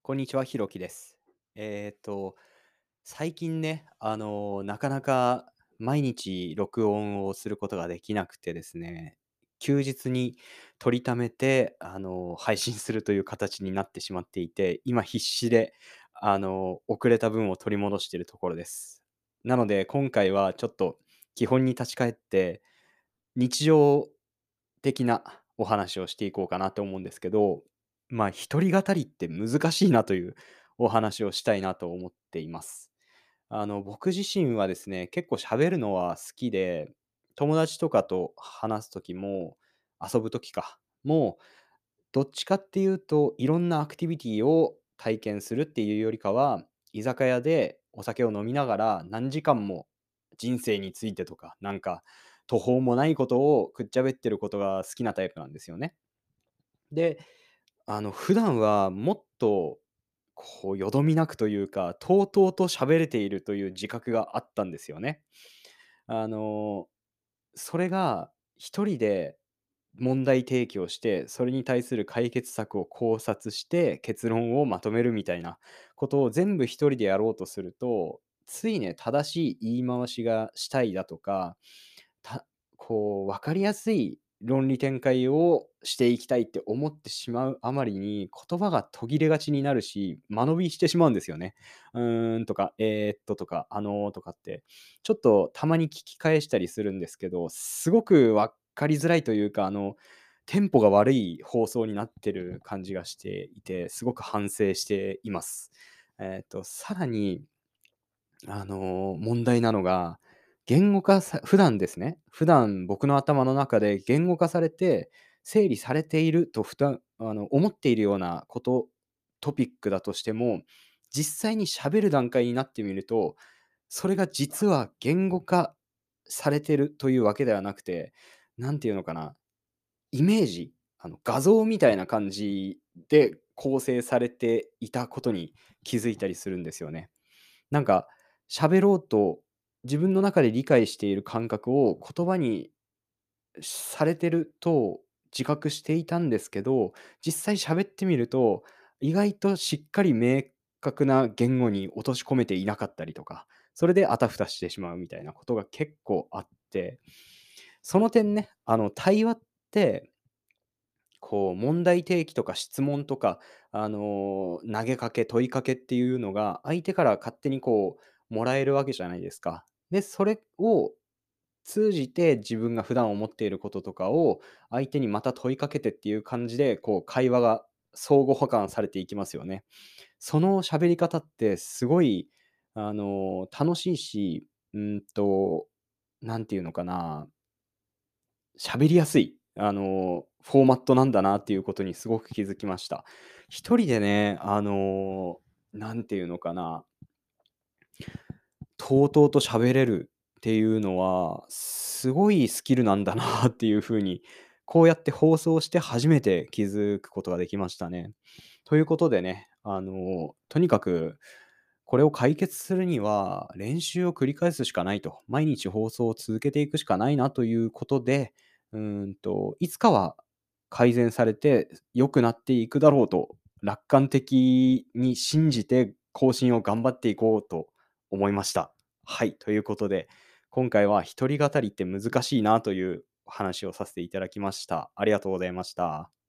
こんにちは、ひろきです。最近ね、なかなか毎日録音をすることができなくてですね、休日に取りためて、配信するという形になってしまっていて、今必死で、遅れた分を取り戻しているところです。なので、今回はちょっと基本に立ち返って、日常的なお話をしていこうかなと思うんですけど、一人語りって難しいなというお話をしたいなと思っています。僕自身はですね、結構喋るのは好きで、友達とかと話す時も、遊ぶ時か、もうどっちかっていうと、いろんなアクティビティを体験するっていうよりかは、居酒屋でお酒を飲みながら何時間も人生についてとか、途方もないことをくっちゃべってることが好きなタイプなんですよね。で、普段はもっと、よどみなくというか、とうとうと喋れているという自覚があったんですよね。あの、それが一人で問題提起をして、それに対する解決策を考察して、結論をまとめるみたいなことを全部一人でやろうとすると、ついね、正しい言い回しがしたいだとか、た分かりやすい論理展開をしていきたいって思ってしまうあまりに、言葉が途切れがちになるし、間延びしてしまうんですよね。とか、とか、とかって、ちょっとたまに聞き返したりするんですけど、すごく分かりづらいというか、テンポが悪い放送になってる感じがしていて、すごく反省しています。さらに問題なのが、普段ですね、普段僕の頭の中で言語化されて、整理されていると思っているようなこと、トピックだとしても、実際に喋る段階になってみると、それが実は言語化されてるというわけではなくて、なんていうのかな、イメージ、画像みたいな感じで構成されていたことに気づいたりするんですよね。なんか、喋ろうと自分の中で理解している感覚を言葉にされてると自覚していたんですけど、実際喋ってみると、意外としっかり明確な言語に落とし込めていなかったりとか、それであたふたしてしまうみたいなことが結構あって、その点ね、対話って問題提起とか質問とか、投げかけ、問いかけっていうのが、相手から勝手にもらえるわけじゃないですか。で、それを通じて自分が普段思っていることとかを、相手にまた問いかけてっていう感じで、会話が相互補完されていきますよね。その喋り方ってすごい、楽しいし、なんていうのかな、喋りやすい、フォーマットなんだなっていうことにすごく気づきました。一人でね、なんていうのかな、とうとうと喋れるっていうのは、すごいスキルなんだなっていう風に、こうやって放送して初めて気づくことができましたね。ということでね、とにかくこれを解決するには、練習を繰り返すしかないと。毎日放送を続けていくしかないなということで、いつかは改善されて良くなっていくだろうと、楽観的に信じて更新を頑張っていこうと思いました。はい、ということで、今回は一人語りって難しいなという話をさせていただきました。ありがとうございました。